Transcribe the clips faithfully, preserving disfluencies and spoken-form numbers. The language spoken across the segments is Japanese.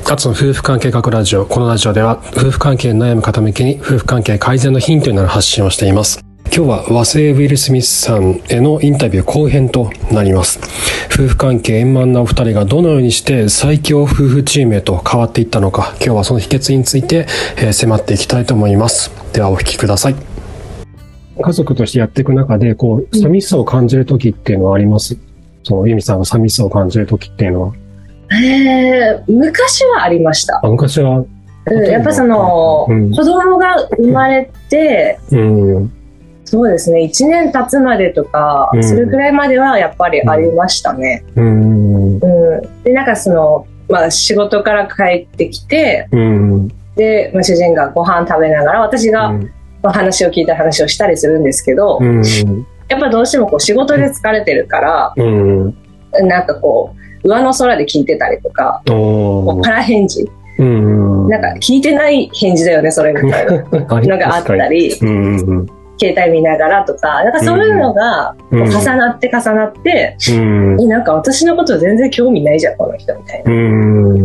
アツの夫婦関係学ラジオ。このラジオでは夫婦関係に悩む方向けに夫婦関係改善のヒントになる発信をしています。今日は和製ウィル・スミスさんへのインタビュー後編となります。夫婦関係円満なお二人がどのようにして最強夫婦チームへと変わっていったのか、今日はその秘訣について、えー、迫っていきたいと思います。ではお聞きください。家族としてやっていく中で、こう、寂しさを感じる時っていうのはあります？その、ユミさんが寂しさを感じる時っていうのは。 えー、昔はありました。 あ、昔は、 うん、やっぱその、うん、子供が生まれて、うん、そうですね、いちねん経つまでとか、うん、それくらいまではやっぱりありましたね。うんうん、で、なんかその、まあ、仕事から帰ってきて、うん、で、まあ、主人がご飯食べながら、私が、うん、まあ、話を聞いた話をしたりするんですけど、うん、やっぱどうしてもこう仕事で疲れてるから、うん、なんかこう、上の空で聞いてたりとか、空返事、うん、なんか聞いてない返事だよねそれみたいなのがあったり、うん、携帯見ながらとか、なんかそういうのが重なって重なって、うん、なんか私のこと全然興味ないじゃんこの人みたいな、うん、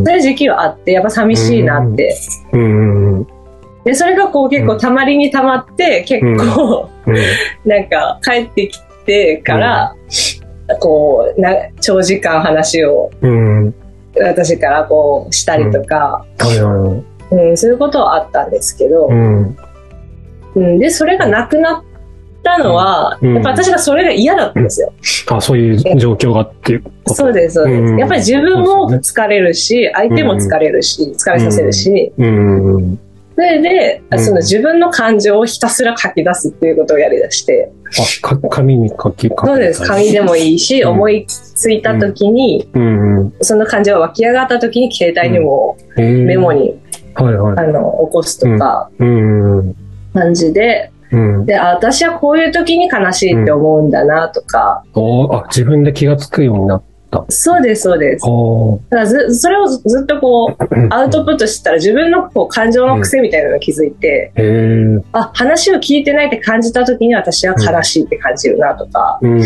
そういう時期はあって、やっぱ寂しいなって、うんうん、でそれがこう結構たまりにたまって結構、うん、なんか帰ってきてから、うんこうな長時間話を、うん、私からこうしたりとか、うんうん、そういうことはあったんですけど、うんうん、でそれがなくなったのは、うん、やっぱ私がそれが嫌だったんですよ、 うん、あそういう状況がっていうこと。 そうですそうです、うん、やっぱり自分も疲れるし相手も疲れるし、うん、疲れさせるし、うんうんそれで、うん、その自分の感情をひたすら書き出すっていうことをやり出して。 あ、紙に書き、書きそうです。紙でもいいし、うん、思いついた時に、うんうん、その感情が湧き上がった時に携帯にもメモに、うんはいはい、あの起こすとか、うんうん、感じで、うん、で、あ、私はこういう時に悲しいって思うんだなとか、 うん、あ、自分で気がつくようになった。 そうですそうです。だからずそれをずっとこうアウトプットしてたら自分のこう感情の癖みたいなのに気づいて、うん、あ話を聞いてないって感じた時に私は悲しいって感じるなとか、うん、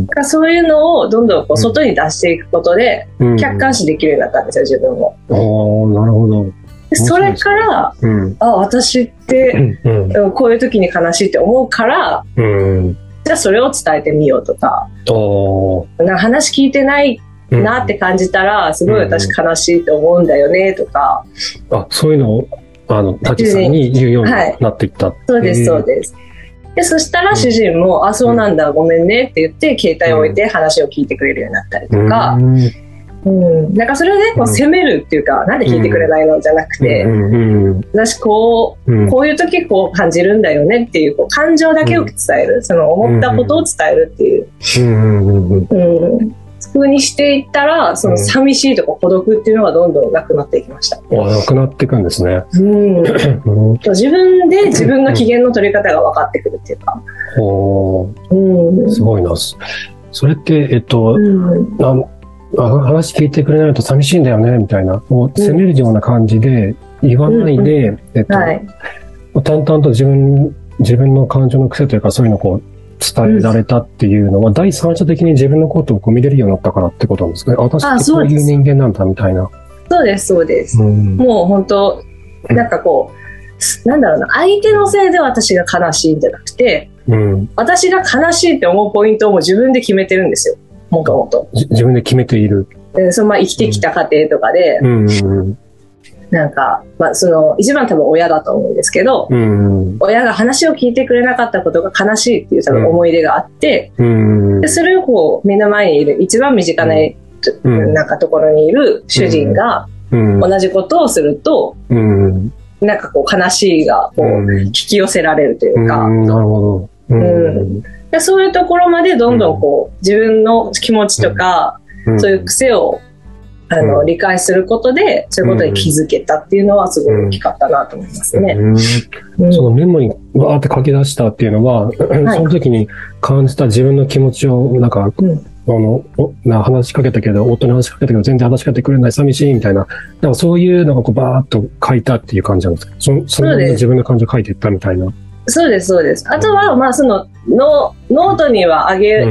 かそういうのをどんどんこう外に出していくことで客観視できるようになったんですよ自分も。 ああなるほど。 でそれから、うん、あ私ってこういう時に悲しいって思うから、うんじゃあそれを伝えてみようとか、なんか話聞いてないなって感じたら、うん、すごい私悲しいと思うんだよねとか、 うん、あそういうのをあのタチさんに言うようになっていった、はい、 そうですそうです。でそしたら主人も、うん、あそうなんだごめんねって言って携帯を置いて話を聞いてくれるようになったりとか、うんうん、なんかそれでこう責めるっていうか、うん、なんで聞いてくれないのじゃなくて、うんうん、私こう、うん、こういう時こう感じるんだよねっていう、こう感情だけを伝える、うん、その思ったことを伝えるっていう、うんうんうん、風にしていったらその寂しいとか孤独っていうのがどんどんなくなっていきました。 あ、なくなっていくんですね。うん、 自分で自分の機嫌の取り方が分かってくるっていうか、 うん、すごいな。それってえっと、うん、なん話聞いてくれないと寂しいんだよねみたいな、もう責めるような感じで言わないで、うんうんえっとはい、淡々と自分自分の感情の癖というかそういうのをこう伝えられたっていうのは、うん、第三者的に自分のことをこう見れるようになったからってことなんですかね。私ってこういう人間なんだみたいな。 そうですそうです、うん、もう本当なんかこうなんだろうな、相手のせいで私が悲しいんじゃなくて、うん、私が悲しいって思うポイントをもう自分で決めてるんですよ。もともと自分で決めている。 そのまあ生きてきた過程とかで、うんうん、なんか、まあ、その一番多分親だと思うんですけど、うんうん、親が話を聞いてくれなかったことが悲しいっていう多分思い出があって、うんうん、でそれをこう目の前にいる一番身近な、うん、なんかところにいる主人が同じことをすると、うんうん、なんかこう悲しいがこう引き寄せられるというか、 うんうん、なるほど。うんうんでそういうところまでどんどんこう、うん、自分の気持ちとか、うん、そういう癖をあの、うん、理解することでそういうことに気づけたっていうのはすごい大きかったなと思いますね。うんうん、そのメモにわーって書き出したっていうのは、はい、その時に感じた自分の気持ちをなんか、うん、あのな話しかけたけど夫に話しかけたけど全然話しかけてくれない寂しいみたいな、なんかそういうのがこうバーっと書いたっていう感じなんですか。そその自分の感情を書いていったみたいな。 そうですそうです。あとはまあそのノノートにはあげ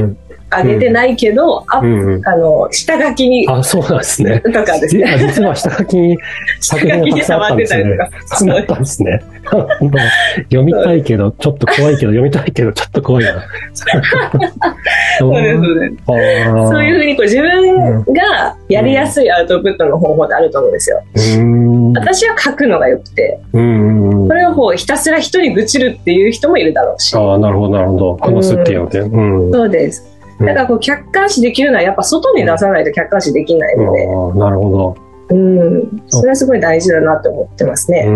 あげてないけど、あ、うん、あの、下書きに。 あ、そうなんですね。 とかですね。 実は下書きに作品がたくさんあったんですね。そうだったんですね。読みたいけど、ちょっと怖いけど、読みたいけど、ちょっと怖いな。 そうですね。そういうふうにこう自分がやりやすいアウトプットの方法ってあると思うんですよ。うん、私は書くのが良くて、うん、それをこうひたすら人に愚痴るっていう人もいるだろうし。 ああ、なるほど、なるほど。話すっていうので。うん、 そうです。だからこう客観視できるのはやっぱ外に出さないと客観視できないので、 うん、あ、なるほど。 うん、それはすごい大事だなって思ってますね、うん、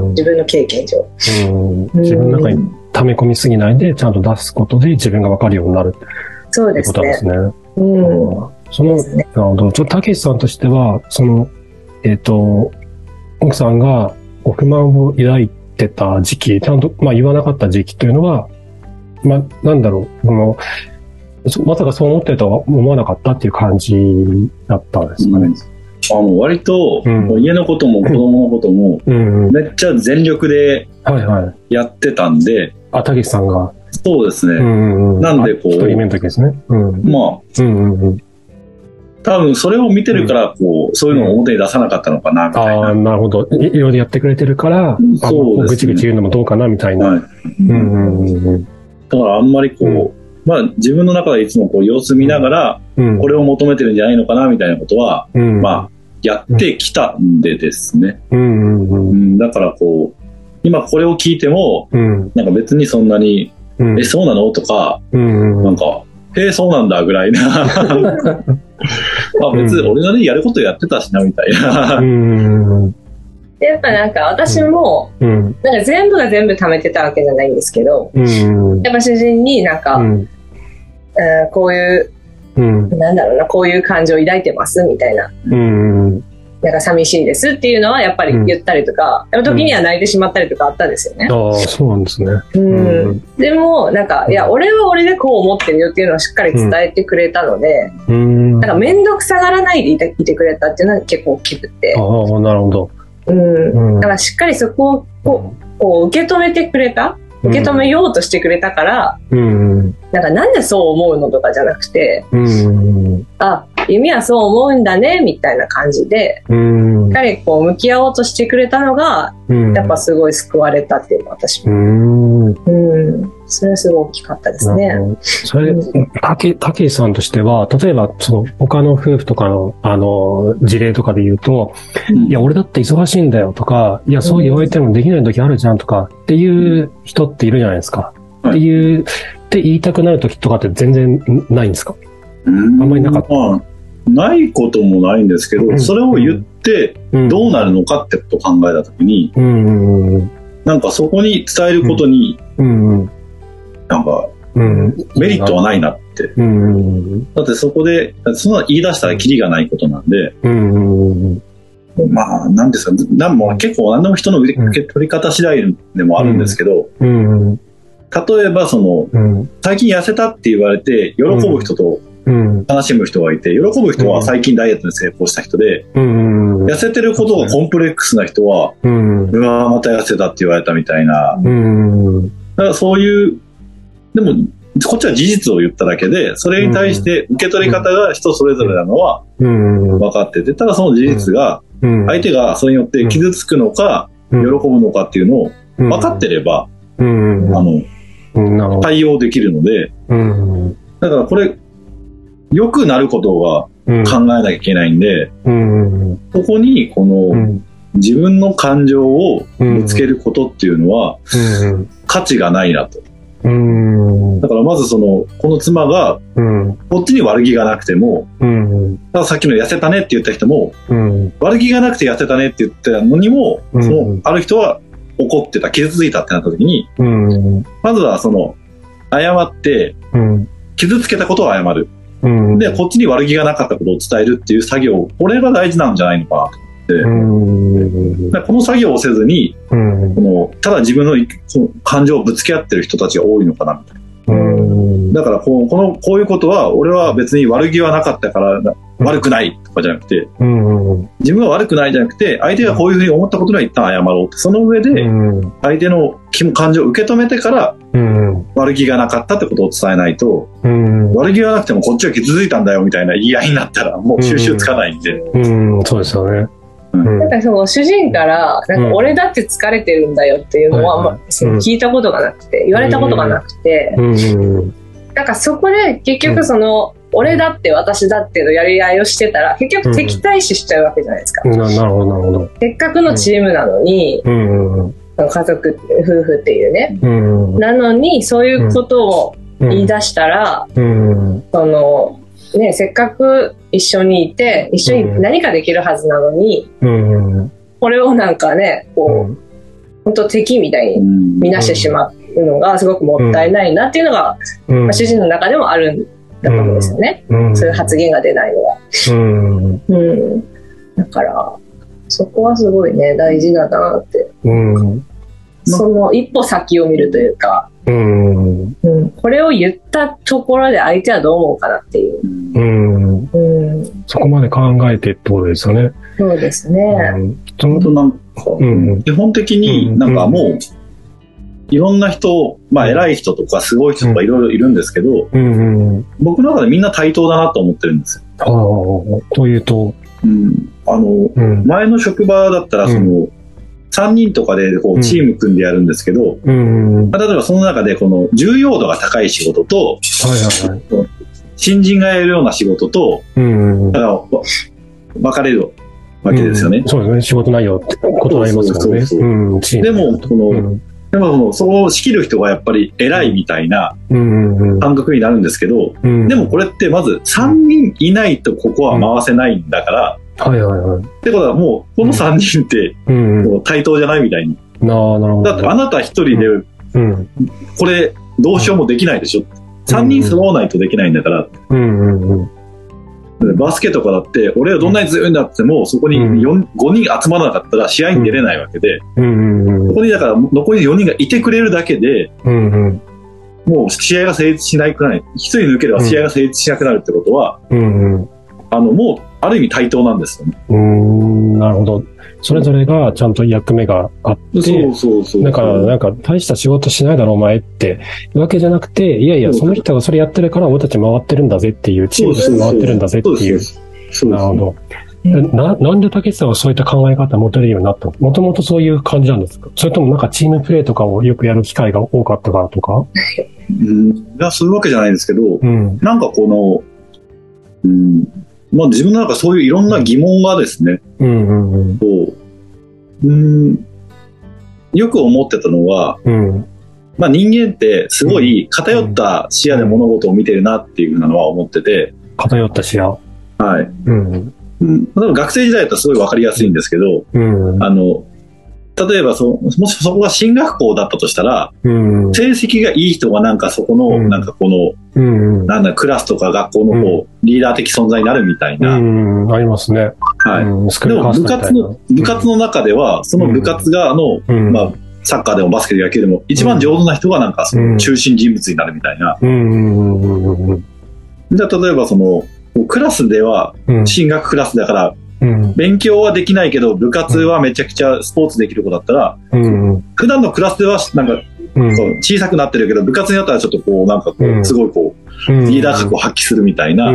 自分の経験上、 うん、自分の中に溜め込みすぎないでちゃんと出すことで自分が分かるようになるそうですね。 ってことですね。 うん、 その、ね、なるほど。ちょっとたけしさんとしてはそのえっと奥さんがご不満を抱いてた時期、ちゃんとまあ言わなかった時期というのは、まあなんだろう、このまさかそう思ってるとは思わなかったっていう感じだったんですかね。うん、 あの割と、うん、家のことも子供のことも、うんうん、めっちゃ全力でやってたんで、はいはい、 あ、たけしさんが。 そうですね。うんうん、なんでこう、 一人目の時ですね。うん、 まあ、うんうんうん、多分それを見てるからこう、うん、そういうのを表に出さなかったのかなみたいな。 ああ、なるほど。いろいろやってくれてるから、そうですね、ぐちぐち言うのもどうかなみたいな。はい、うんうんうん、 だからあんまりこう、うん、まあ自分の中でいつもこう様子見ながら、うん、これを求めてるんじゃないのかなみたいなことは、うん、まあやってきたんでですね。うんうんうん、だからこう、今これを聞いても、うん、なんか別にそんなに、うん、え、そうなのとか、うんうん、なんか、へえ、そうなんだぐらいな。まあ別に俺なりにやることやってたしなみたいな。うんでやっぱなんか私も、うん、なんか全部が全部貯めてたわけじゃないんですけど、うん、やっぱ主人になんか、うん、こういう、うん、なんだろうな、こういう感情を抱いてますみたいな、うん、なんか寂しいですっていうのはやっぱり言ったりとか、うん、時には泣いてしまったりとかあったんですよね。 ああ、そうなんですね。 うんうん、でもなんか、いや俺は俺でこう思ってるよっていうのをしっかり伝えてくれたので、うん、なんか面倒くさがらないでいて、いてくれたっていうのは結構大きくて。 ああ、なるほど。 うん、だからしっかりそこをこう、こう受け止めてくれた、受け止めようとしてくれたから、うん、なんかなんでそう思うのとかじゃなくて、うん、あ、弓はそう思うんだねみたいな感じで、うん、しっかりこう向き合おうとしてくれたのが、うん、やっぱすごい救われたっていうのは私も、うんうん、それはすごい大きかったですね。 それ、たけ、たけしさんとしては、例えばその他の夫婦とかのあの事例とかで言うと、うん、いや俺だって忙しいんだよとか、いやそう言われてもできない時あるじゃんとかっていう人っているじゃないですか。うん、っていうって言いたくなる時とかって全然ないんですか？ うん、あんまりなかった。まあないこともないんですけど、うん、それを言ってどうなるのかってことを考えたときに、うん、なんかそこに伝えることに、うん、なんか、うん、メリットはないなって、うん、だってそこでその言い出したらキリがないことなんで、うん、まあなんですか、なんも結構何でも人の受け取り方次第でもあるんですけど、うんうん、例えばその、うん、最近痩せたって言われて喜ぶ人と、うん、悲しむ人がいて、喜ぶ人は最近ダイエットに成功した人で、うん、痩せてることがコンプレックスな人は、うん、うわまた痩せたって言われたみたいな、うん、だからそういう、でもこっちは事実を言っただけで、それに対して受け取り方が人それぞれなのは分かってて、ただその事実が相手がそれによって傷つくのか喜ぶのかっていうのを分かってれば、あの対応できるので、だからこれ良くなることが考えなきゃいけないんで、うんうん、そこにこの、うん、自分の感情をぶつけることっていうのは、うんうん、価値がないなと、うん、だからまずそのこの妻が、うん、こっちに悪気がなくても、うんうん、だからさっきの痩せたねって言った人も、うん、悪気がなくて痩せたねって言ったのにも、うん、そのある人は怒ってた、傷ついたってなった時に、うん、まずはその謝って、うん、傷つけたことを謝る、うん、でこっちに悪気がなかったことを伝えるっていう作業、これが大事なんじゃないのかなと思って、うん、この作業をせずに、うん、このただ自分の感情をぶつけ合ってる人たちが多いのかなみたいな、うん、だからこう、このこういうことは俺は別に悪気はなかったから悪くないとかじゃなくて、 うんうん、 自分が悪くないじゃなくて、相手がこういうふうに思ったことには一旦謝ろうって、その上で、相手の感情を受け止めてから、うん、悪気がなかったってことを伝えないと、うん、悪気がなくてもこっちは傷ついたんだよみたいな言い合いになったら、もう収集つかないんで。 うん、うん、そうですよね。 なんかその主人からなんか俺だって疲れてるんだよっていうのは、まあ、その聞いたことがなくて、言われたことがなくて、なんかそこで結局その俺だって私だってのやり合いをしてたら結局敵対視しちゃうわけじゃないですか。 なるほどなるほど。 せっかくのチームなのに、家族夫婦っていうね、なのにそういうことを言い出したら、そのね、せっかく一緒にいて一緒に何かできるはずなのに、うん、これをなんかねこう、うん、本当敵みたいに見なしてしまうのがすごくもったいないなっていうのが、うんまあ、主人の中でもあるんだと思うんですよね、うん、そういう発言が出ないのは、うんうん、だからそこはすごいね大事だなって、うん、その一歩先を見るというか、うんうん、これを言ったところで相手はどう思うかなっていう、うんうん、そこまで考えてってことですよね。 そうですね、うん、 本当なんか、うん、基本的になんかもう、うん、いろんな人、まあ偉い人とかすごい人とかいろいろいるんですけど、うんうん、僕の中でみんな対等だなと思ってるんですよ。 ああ、というと、 うん、あの、うん、前の職場だったらその、うんさんにんとかでこうチーム組んでやるんですけど、うんうん、例えばその中でこの重要度が高い仕事と、はいはいはい、新人がやるような仕事と、うんうん、だから分かれるわけですよね。 うん、そうですね。仕事内容ってことありますからね。でもこの、うん、でもそう仕切る人がやっぱり偉いみたいな感覚になるんですけど、うんうん、でもこれってまずさんにんいないとここは回せないんだから。 はいはいはい。 ってことはもうこのさんにんって対等じゃないみたいに。うんうん、なるほど。だってあなた一人でこれどうしようもできないでしょ。うん、さんにん揃わないとできないんだから。うんうんうん、バスケとかだって俺はどんなに強いんだってもそこにごにん集まらなかったら試合に出れないわけで、うんうんうん、そこにだから残りよにんがいてくれるだけで、うんうん、もう試合が成立しないくらいひとり抜ければ試合が成立しなくなるってことは、うんうん、あのもうある意味対等なんですよね。うーん、なるほど。それぞれがちゃんと役目があって、そうそうそう。だから、なんか、大した仕事しないだろ、お前っていうわけじゃなくて、いやいや、その人がそれやってるから俺たち回ってるんだぜっていう、チームとして回ってるんだぜっていう。なるほど。な、なんで竹内さんはそういった考え方を持てるようになったの？もともとそういう感じなんですか？それともなんかチームプレーとかをよくやる機会が多かったからとか？ うん、いや、そういうわけじゃないんですけど、うん、なんかこの、うんまあ、自分の中そういういろんな疑問がですね、うんうんうん、こううんよく思ってたのは、うんまあ、人間ってすごい偏った視野で物事を見てるなっていうのは思ってて、 偏った視野、 はいうんうん、例えば学生時代だとすごい分かりやすいんですけど、うん、あの例えばそもしそこが進学校だったとしたら、うん、成績がいい人がなんかそこの、うん、なんかこの、うん、なんだクラスとか学校のこう、うん、リーダー的存在になるみたいな、うん、 ありますね。 はい。うん、でも部活の部活の中ではその部活側の、うん、まあサッカーでもバスケでも野球でも一番上手な人がなんかその中心人物になるみたいな。うん、じゃあ例えばそのクラスでは進学クラスだから。うん、勉強はできないけど部活はめちゃくちゃスポーツできる子だったら、うん、普段のクラスではなんか、うん、小さくなってるけど部活になったらちょっとこうなんかこう、うん、すごいこう、うん、リーダー格を発揮するみたいな、うん、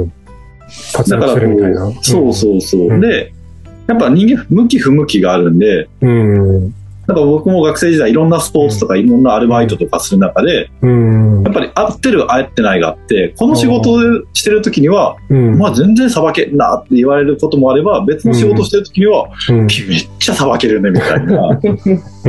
だからこうそうそうそう、うん、でやっぱ人間向き不向きがあるんで、うんなんか僕も学生時代いろんなスポーツとかいろんなアルバイトとかする中で、うん、やっぱり合ってる合ってないがあってこの仕事をしてる時には、うん、まあ全然さばけんなって言われることもあれば別の仕事してる時には、うん、めっちゃさばけるねみたいな、うん、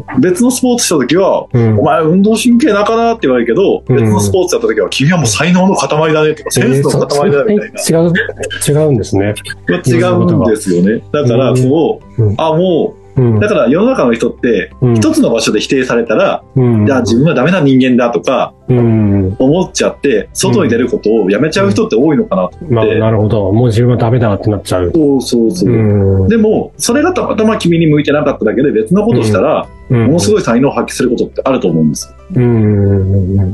別のスポーツした時は、うん、お前運動神経なかなって言われるけど、うん、別のスポーツやった時は君はもう才能の塊だねとかセンスの塊だねみたいな、 えー、違う違うんですね。 違うんですよね。だからこう、うん、あもううん、だから世の中の人って一つの場所で否定されたら、うん、じゃあ自分はダメな人間だとか思っちゃって外に出ることをやめちゃう人って多いのかなと思って、うんまあ、なるほどもう自分はダメだってなっちゃう。 そうそうそう、うん、でもそれがたまたま君に向いてなかっただけで別のことをしたら、 ものすごい才能を発揮することってあると思うんですよ。うん、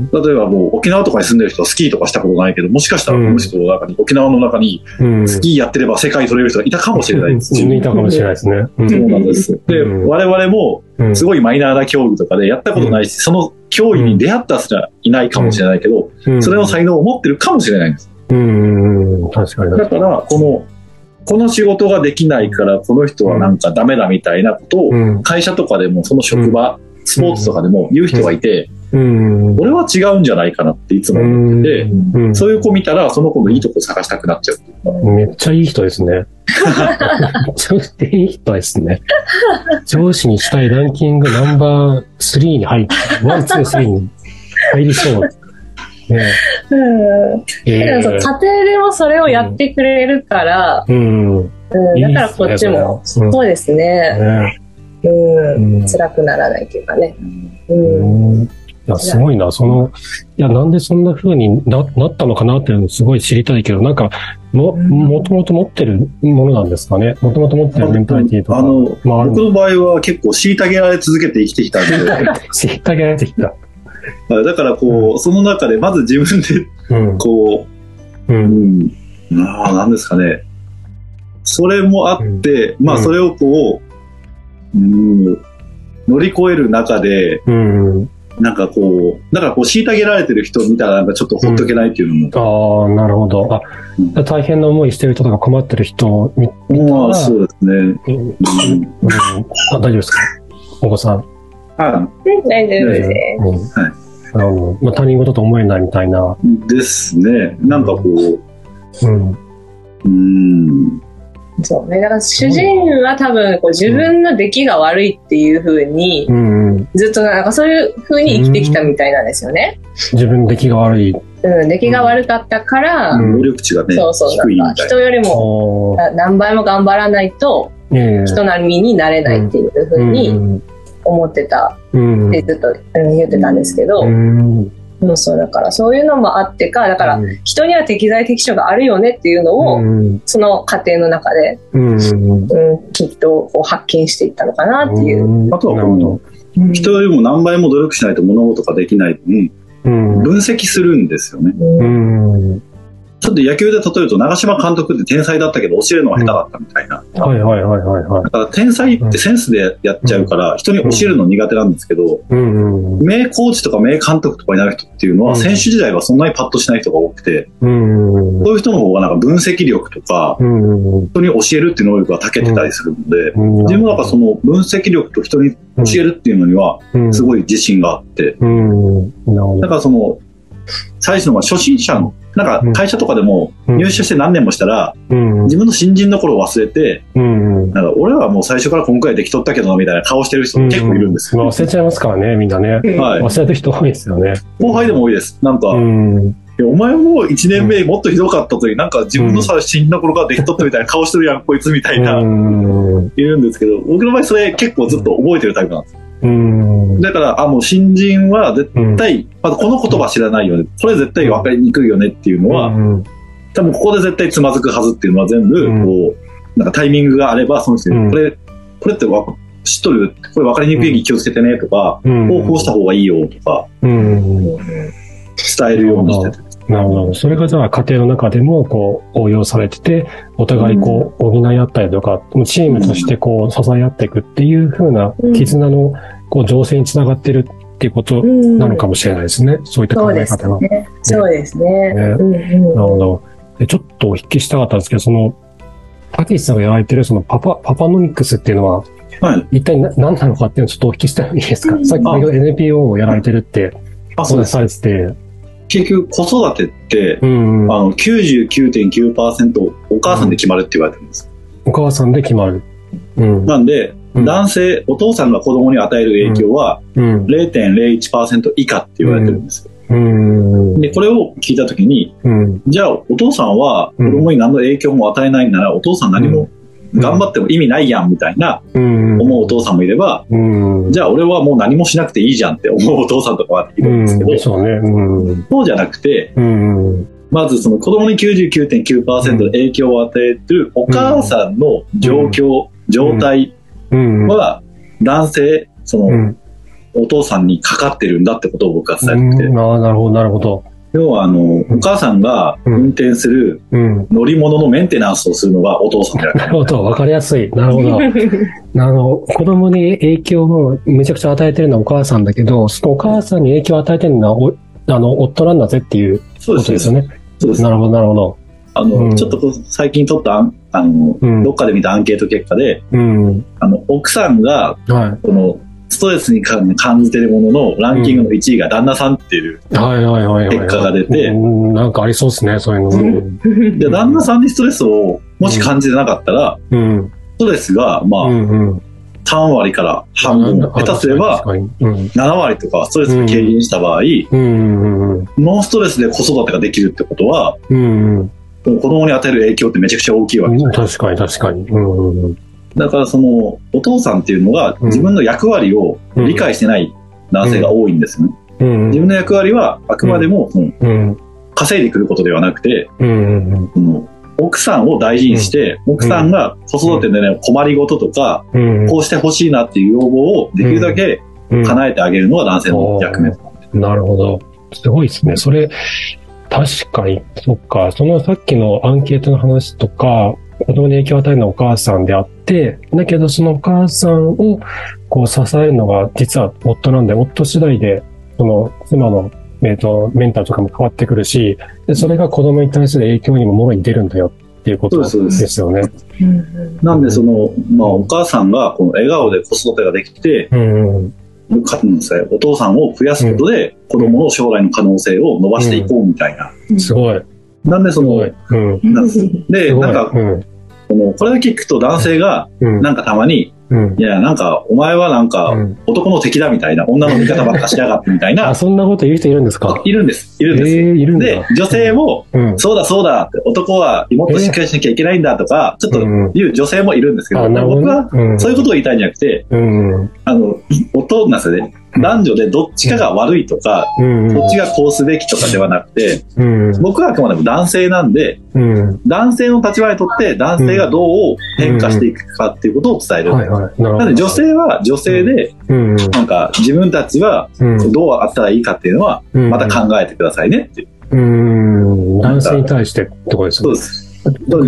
例えばもう沖縄とかに住んでる人はスキーとかしたことないけど、もしかしたらこの人の中に、うん、沖縄の中にスキーやってれば世界取れる人がいたかもしれないです。 いたかもしれないですね。 そうなんです。で、我々もすごいマイナーな競技とかでやったことないし、その競技に出会った人はいないかもしれないけど、それの才能を持ってるかもしれないんです。うん、確かに。だから、この、この仕事ができないからこの人はなんかダメだみたいなことを会社とかでもその職場、スポーツとかでも言う人がいて、俺は違うんじゃないかなっていつも思ってて、そういう子見たらその子のいいとこ探したくなっちゃう。 めっちゃいい人ですね。めっちゃいい人ですね。上司にしたいランキングナンバースリーに入って、ワン、ツー、スリーに入りそう。ね、 うんえー、家庭でもそれをやってくれるから、うんうん、だからこっちも、いいね、そうですね、うんうん、辛くならないというかね、うんうん、いやすごいな、そのいやなんでそんな風に な, なったのかなっていうのすごい知りたいけど、なんか も, もともと持ってるものなんですかね、もともと持ってるメンタリティとか。 あの、まあ、僕の場合は結構虐げられ続けて生きてきたんで虐げられてきた。 だからこう、うん、その中でまず自分でこう、うんうん、ああ何ですかね、それもあって、うん、まあそれをこう、うん、乗り越える中で、うん、なんかこうだからこう虐げられてる人を見たらなんかちょっとほっとけないっていうのも、 うん、ああなるほど、あ、うん、大変な思いしてる人とか困ってる人を見たら、 まあそうですね、うんうん、あ大丈夫ですかお子さん。 あ大丈夫ですね、うん、はい、 あのまあ、他人事と思えないみたいなですね。なんかこう、うん、うーん、そうね。だから主人は多分こう自分の出来が悪いっていう風に、うん、ずっとなんかそういう風に生きてきたみたいなんですよね。 うん、自分の出来が悪い。 うん、出来が悪かったから、 能力値がね、 そうそう、低いみたいな。人よりも何倍も頑張らないと人並みになれないっていう風に思ってたってずっと言ってたんですけど、うんうん、そうだからそういうのもあってか、だから人には適材適所があるよねっていうのを、うん、その過程の中で、うんうん、きっとこう発見していったのかなっていう。 うん、あとはこの、うん、人よりも何倍も努力しないと物事ができない分、うん、分析するんですよね。うんうんちょっと野球で例えると長嶋監督って天才だったけど教えるのが下手だったみたいな、うん、はいはいはいはいはい。だから天才ってセンスでやっちゃうから、うん、人に教えるの苦手なんですけど、うんうん、名コーチとか名監督とかになる人っていうのは、うん、選手時代はそんなにパッとしない人が多くて、うん、そういう人の方がなんか分析力とか、うん、人に教えるっていう能力が長けてたりするので、うん、自分はなんかその分析力と人に教えるっていうのにはすごい自信があって、うんうん、だからその最初の初心者のなんか会社とかでも入社して何年もしたら、うん、自分の新人の頃を忘れて、うん、なんか俺はもう最初から今回できとったけどみたいな顔してる人結構いるんですよ、 うん、忘れちゃいますからねみんなね、はい、忘れてる人多いですよね。 後輩でも多いです。なんか、うん、いやお前もいちねんめもっとひどかった時なんか自分のさ新人の頃からできとったみたいな顔してるやんこいつみたいな、うん、言うんですけど、僕の場合それ結構ずっと覚えてるタイプなんです。うんだからあもう新人は絶対、うん、まずこの言葉知らないよね、これ絶対分かりにくいよねっていうのは、うん、多分ここで絶対つまずくはずっていうのは全部こう、うん、なんかタイミングがあればその人に、うん、これこれって知っとるこれ分かりにくいに気をつけてねとか、うん、こうこうした方がいいよとか、うん、伝えるようにしてて。 なるほど。それがじゃあ家庭の中でもこう応用されてて、お互いこう補い合ったりとか、チームとしてこう支え合っていくっていう風な絆のこう情勢につながってるっていうことなのかもしれないですね。うん、そういった考え方が。 そうですね。なるほど。でちょっとお聞きしたかったんですけど、そのたけしさんがやられてるそのパパパパノミクスっていうのは、はい、一体な何なのかっていうのをちょっとお聞きしたらいいですか。うん、さっき先ほど エヌピーオー をやられてるってお話しされてて。 結局子育てって、うんうん、あの きゅうじゅうきゅうてんきゅうパーセント お母さんで決まるって言われてるんです。 お母さんで決まる。 うん、なんで、うん、男性、お父さんが子供に与える影響は れいてんれいいちパーセント 以下って言われてるんですよ。うんうん、で、これを聞いたときに、うん、じゃあお父さんは子供に何の影響も与えないなら、お父さん何も頑張っても意味ないやんみたいな思うお父さんもいれば、うん、じゃあ俺はもう何もしなくていいじゃんって思うお父さんとかはいるんですけど、うん そうねうん、そうじゃなくて、うん、まずその子供に きゅうじゅうきゅうてんきゅうパーセント の影響を与えてるお母さんの状況、うん、状態は男性その、うん、お父さんにかかってるんだってことを僕は伝えてて。 ああ、なるほど、なるほど。 要は、あの、お母さんが運転する乗り物のメンテナンスをするのがお父さんである。 なるほど、わかりやすい。なるほど。あの、子供に影響をめちゃくちゃ与えてるのはお母さんだけど、そのお母さんに影響を与えてるのはお、あの、夫なんだぜっていうことですよね。 そうです。 なるほど、なるほど。 あの、うん、ちょっと最近取った、あの、うん、どっかで見たアンケート結果で、うん、あの、奥さんが、この、ストレスに感じてるもののランキングのいちいが旦那さんっていう結果が出て、 なんかありそうですね、そういうの。 で、旦那さんにストレスをもし感じてなかったら、うん、ストレスが、まあ、うんうん、さんわりから半分、下手すればななわりとかストレスが軽減した場合、ノンストレスで子育てができるってことは、うんうん、子供に与える影響ってめちゃくちゃ大きいわけです。 確かに確かに。うんうん、 だからそのお父さんっていうのが自分の役割を理解してない男性が多いんですよね。うんうん、自分の役割はあくまでもその、うん、稼いでくることではなくて、うんうんうん、奥さんを大事にして、うん、奥さんが子育てでね、困りごととか、うん、こうしてほしいなっていう要望をできるだけ叶えてあげるのが男性の役目。 うん、なるほど。すごいですね。それ、確かに、そっか。そのさっきのアンケートの話とか、子供に影響を与えるのはお母さんであって、だけどそのお母さんをこう支えるのが実は夫なんで、夫次第で、その妻の、えっと、メンタルとかも変わってくるし、でそれが子供に対する影響にももろに出るんだよっていうことですよね。 なんでその、まあお母さんがこの笑顔で子育てができて、うんうん、お父さんを増やすことで子供の将来の可能性を伸ばしていこうみたいな。 うん、すごい。 なんでその、うん、なんで、なんか、うん、このこれだけ聞くと男性が、なんかたまに、うん、いや、なんか、お前はなんか、男の敵だみたいな、女の味方ばっかしやがってみたいな。 あ、そんなこと言う人いるんですか？ いるんです。いるんです。 えー、いるんだ。 で、女性も、うん、そうだそうだって、男はもっとしっかりしなきゃいけないんだとか、ちょっと言う女性もいるんですけど、うん、僕はそういうことを言いたいんじゃなくて、うん、あの、男なんですよね。男女でどっちかが悪いとか、うん、こっちがこうすべきとかではなくて、うん、僕はあくまでも男性なんで、うん、男性の立場にとって男性がどう変化していくかっていうことを伝える。なので女性は女性で、うん、なんか自分たちはどうあったらいいかっていうのは、また考えてくださいねっていう。 うん、男性に対してってことですね。そうです。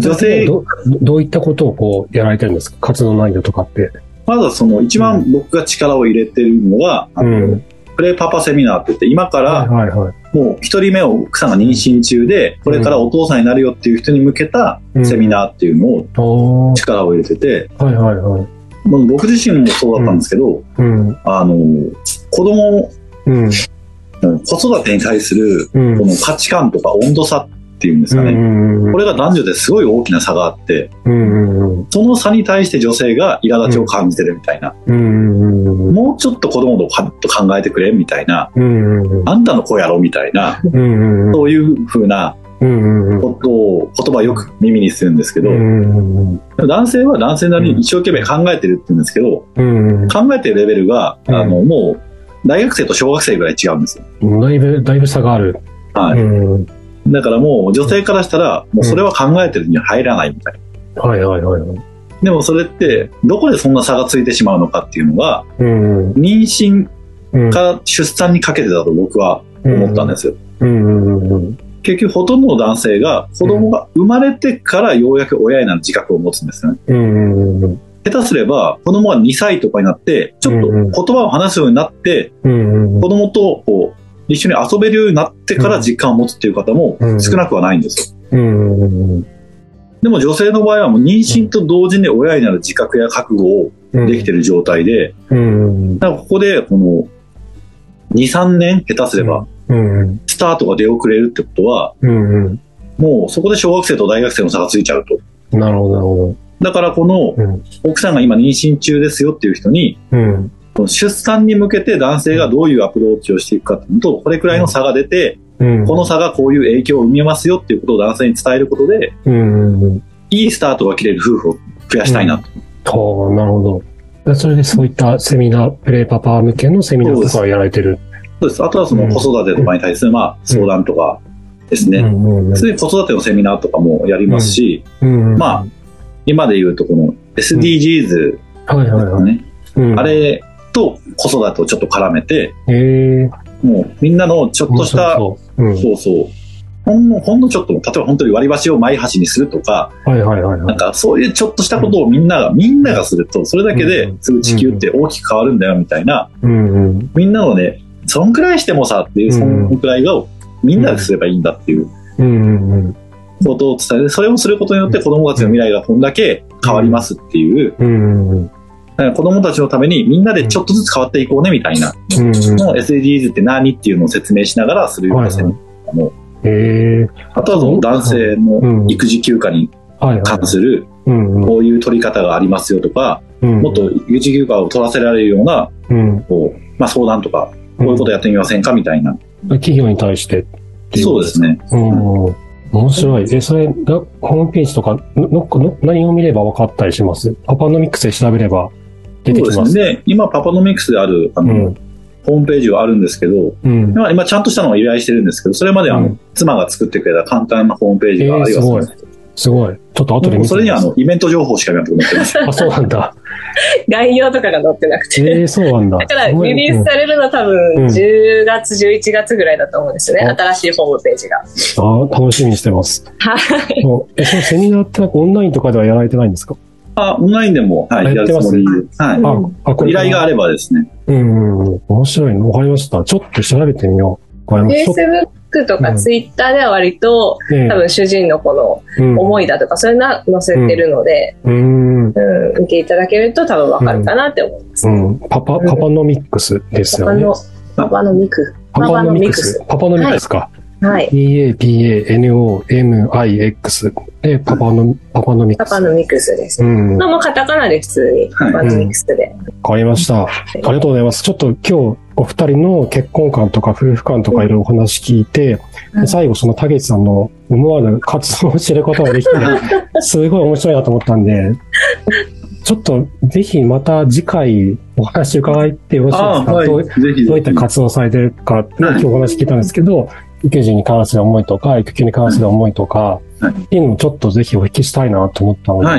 女性ど、どういったことをこうやられてるんですか？活動内容とかって。 まずはその一番僕が力を入れてるのが、うん、あのプレパパセミナーって言って、今からもう一人目を奥さんが妊娠中で、これからお父さんになるよっていう人に向けたセミナーっていうのを力を入れてて、はいはいはい、僕自身もそうだったんですけど、うん、あの子供、うん、子育てに対するこの価値観とか温度差っていうんですかね、うんうん、これが男女ですごい大きな差があって、うんうん、その差に対して女性が苛立ちを感じてるみたいな、うんうん、もうちょっと子供のこと考えてくれみたいな、うんうん、あんたの子やろみたいな、うんうん、そういう風なことを言葉をよく耳にするんですけど、うんうん、男性は男性なりに一生懸命考えてるって言うんですけど、うんうん、考えてるレベルが、うん、あのもう大学生と小学生ぐらい違うんですよ。 だいぶだいぶ差がある。 はい。うんだからもう女性からしたらもうそれは考えてるには入らないみたいな、うん、はいはいはいはい。でもそれってどこでそんな差がついてしまうのかっていうのが、うん、妊娠から出産にかけてだと僕は思ったんですよ、うんうんうん、結局ほとんどの男性が子供が生まれてからようやく親になる自覚を持つんですよね、うんうんうん、下手すれば子供がにさいとかになってちょっと言葉を話すようになって、うんうん、子供とこう一緒に遊べるようになってから実感を持つっていう方も少なくはないんですよ、うんうん、でも女性の場合はもう妊娠と同時に親になる自覚や覚悟をできている状態で、うん、だからここでこのにさんねん下手すればスタートが出遅れるってことは、うんうん、もうそこで小学生と大学生の差がついちゃうと。 なるほどなるほど。 だからこの奥さんが今妊娠中ですよっていう人に、うん出産に向けて男性がどういうアプローチをしていくかというと、これくらいの差が出て、うん、この差がこういう影響を生みますよっていうことを男性に伝えることで、うんうん、いいスタートが切れる夫婦を増やしたいなと。 うん、なるほど。それでそういったセミナー、プレイパパ向けのセミナーとかをやられてる。 そうです。あとはその子育てとかに対する、まあ、相談とかですね。うんうんうん、それで子育てのセミナーとかもやりますし、うんうん、まあ、今で言うとこの エスディージーズ、ね、あれ、とと子育てをちょっと絡めて、 へもうみんなのちょっとした、そう、うん、そうそう、ほんの、ほんのちょっと、例えば本当に割り箸を前箸にするとか、 はいはいはいはい、 なんかそういうちょっとしたことをみんなが、うん、みんながすると、それだけですぐ地球って大きく変わるんだよみたいな、うんうん、みんなのね、そんくらいしてもさっていう、そんくらいをみんなですればいいんだっていうことを伝えて、それをすることによって子供たちの未来がこんだけ変わりますっていう、うんうん、子供たちのためにみんなでちょっとずつ変わっていこうねみたいな、うんうん、の エスディージーズ って何っていうのを説明しながらするようなセミナーも、へあとはその男性の育児休暇に関するこういう取り方がありますよとか、もっと育児休暇を取らせられるようなこう、まあ、相談とかこういうことやってみませんかみたいな、 企業に対してっていう。 そうですね、うん、 面白い。え、それホームページとかのの何を見れば分かったりします？パパノミクスで調べれば出てきます。 そうですね。で今パパノミクスであるあの、うんホームページはあるんですけど、うん、今, 今ちゃんとしたのを依頼してるんですけど、それまであの、うん、妻が作ってくれた簡単なホームページがあります、ね、えー、すごい。 すごい。ちょっと後で見てみます。 それにはあのイベント情報しかなくなってます。 あ、そうなんだ。 概要とかが載ってなくて。 えー、そうなんだ。 だからリリースされるのは多分じゅうがつ、じゅういちがつぐらいだと思うんですよね。うん、新しいホームページが。 あ、楽しみにしてます。はい。え、そのセミナーってなんかオンラインとかではやられてないんですか？ あ、オンラインでも、はい、やるつもりで、はい。あ、あ、これ依頼があればですね。 うん、うん、面白いの。わかりました。ちょっと調べてみよう。 フェイスブックとかツイッターでは割と、うん、多分主人のこの思いだとか、そういうのは載せてるので、うん、うん、受けいただけると多分わかるかなって思います、ね。うん、 パパ、パパノミックスですよね。 パパノミク。 パパノミクス。パパノミクスか。 はい。 ピーエーピーエーエヌオーエムアイエックス で、パパノ、パパノミクス。 パパノミクスです。うん。まあ、もうカタカナで普通に、パパノミクスで。わ、 うん、かりました。ありがとうございます。ちょっと今日、お二人の結婚観とか夫婦観とかいろいろお話聞いて、うん、最後そのたけしさんの思わぬ活動を知ることができて、すごい面白いなと思ったんで、ちょっとぜひまた次回お話伺ってよろしいですか？はい、どう、どういった活動されてるか、今日お話聞いたんですけど、育児に関する思いとか、育休に関する思いとか、はい、っていうのもちょっとぜひお聞きしたいなと思ったので、はい、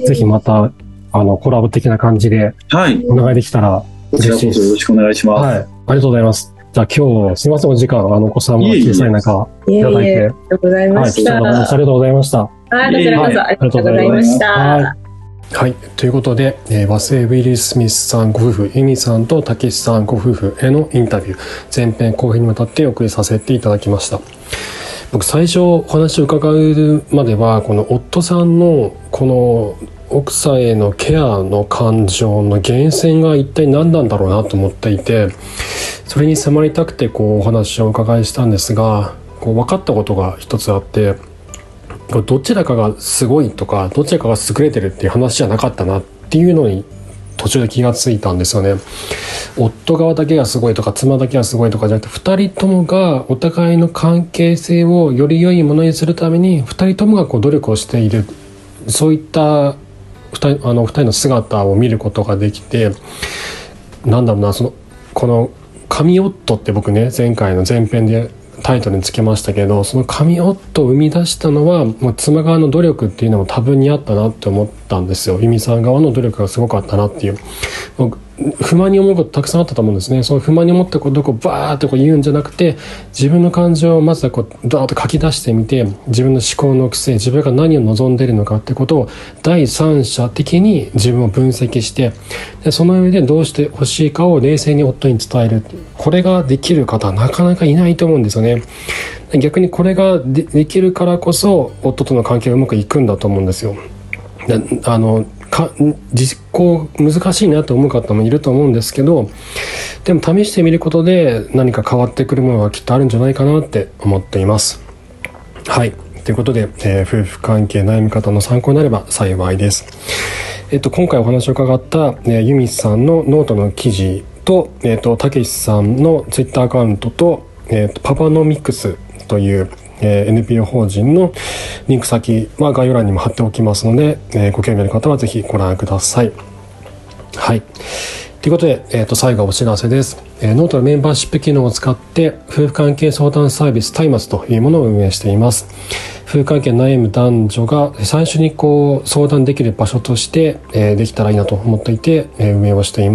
ぜひまた、あの、コラボ的な感じで、お願いできたら嬉しいです。 よろしくお願いします。はい。ありがとうございます。じゃあ今日、すみません、お時間、あの、お子さんも小さい中、いただいて。ありがとうございました。はい、 ありがとうございました。 はい、こちらこそありがとうございました。はいはい。ということで、えー、和製ウィル・スミスさんご夫婦、ユミさんとたけしさんご夫婦へのインタビュー、前編後編にわたってお送りさせていただきました。僕最初お話を伺うまでは、この夫さんのこの奥さんへのケアの感情の源泉が一体何なんだろうなと思っていて、それに迫りたくてこうお話をお伺いしたんですが、こう分かったことが一つあって、どちらかがすごいとかどちらかが優れてるっていう話じゃなかったなっていうのに途中で気がついたんですよね。夫側だけがすごいとか妻だけがすごいとかじゃなくて、ふたりともがお互いの関係性をより良いものにするためにふたりともがこう努力をしている、そういったふたり、あのふたりの姿を見ることができて、なんだろうな、そのこの神夫って僕ね、前回の前編でタイトルにつけましたけど、その神夫を生み出したのはもう妻側の努力っていうのも多分にあったなって思ったんですよ。由美さん側の努力がすごかったなっていう、不満に思うことたくさんあったと思うんですね。その不満に思ったことをこうバーってこう言うんじゃなくて、自分の感情をまずはこうドーッと書き出してみて、自分の思考の癖、自分が何を望んでいるのかってことを第三者的に自分を分析して、でその上でどうしてほしいかを冷静に夫に伝える。これができる方はなかなかいないと思うんですよね。逆にこれが で, できるからこそ夫との関係がうまくいくんだと思うんですよ。であのか実行難しいなと思う方もいると思うんですけど、でも試してみることで何か変わってくるものがきっとあるんじゃないかなって思っています。はい、ということで、えー、夫婦関係悩み方の参考になれば幸いです。えっと、今回お話を伺った、えー、ユミさんのノートの記事と、えっと、たけしさんのツイッターアカウントと、えっと、パパノミクスというえー、エヌピーオー 法人のリンク先は概要欄にも貼っておきますので、えー、ご興味ある方はぜひご覧ください。はい。ということで、えー、と最後お知らせです。えー、ノートのメンバーシップ機能を使って夫婦関係相談サービスタイマスというものを運営しています。夫婦関係悩む男女が最初にこう相談できる場所として、えー、できたらいいなと思っていて、えー、運営をしています。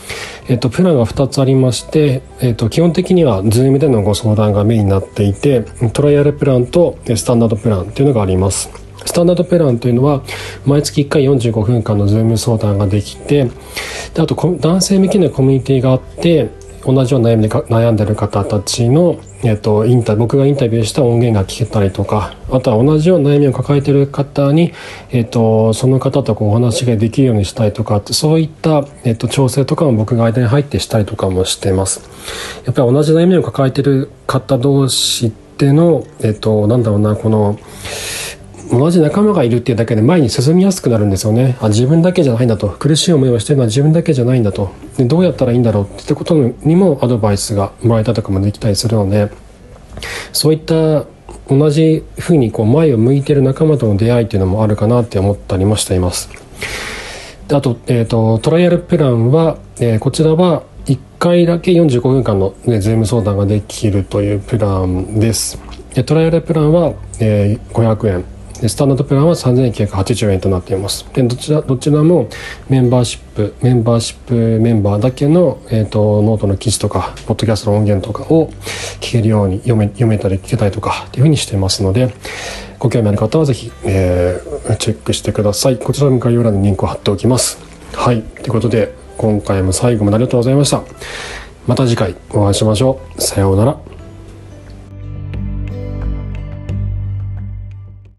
えっと、プランがふたつありまして、えっと、基本的には Zoom でのご相談がメインになっていて、トライアルプランとスタンダードプランっていうのがあります。スタンダードプランというのは毎月いっかいよんじゅうごふんかんの Zoom 相談ができて、であと男性向けのコミュニティがあって、同じような悩みで悩んでる方たちの、えっと、インタ僕がインタビューした音源が聞けたりとか、あとは同じような悩みを抱えている方に、えっと、その方とこうお話ができるようにしたいとか、そういった、えっと、調整とかも僕が間に入ってしたりとかもしてます。やっぱり同じ悩みを抱えている方同士っての、えっと、なんだろうな、この同じ仲間がいるっていうだけで前に進みやすくなるんですよね。あ、自分だけじゃないんだと、苦しい思いをしてるのは自分だけじゃないんだと、でどうやったらいいんだろうってことにもアドバイスがもらえたとかもできたりするので、そういった同じふうにこう前を向いてる仲間との出会いっていうのもあるかなって思ったりもしています。であと、えーと、トライアルプランは、えー、こちらはいっかいだけよんじゅうごふんかんの、ね、ズーム相談ができるというプランです。でトライアルプランは、えー、ごひゃくえんで、スタンダードプランはさんぜんきゅうひゃくはちじゅうえんとなっています。でどちらどちらもメンバーシップメンバーシップメンバーだけの、えーと、ノートの記事とかポッドキャストの音源とかを聞けるように読め読めたり聞けたりとかっていうふうにしていますので、ご興味ある方はぜひ、えー、チェックしてください。こちらの概要欄にリンクを貼っておきます。はい、ということで今回も最後までありがとうございました。また次回お会いしましょう。さようなら。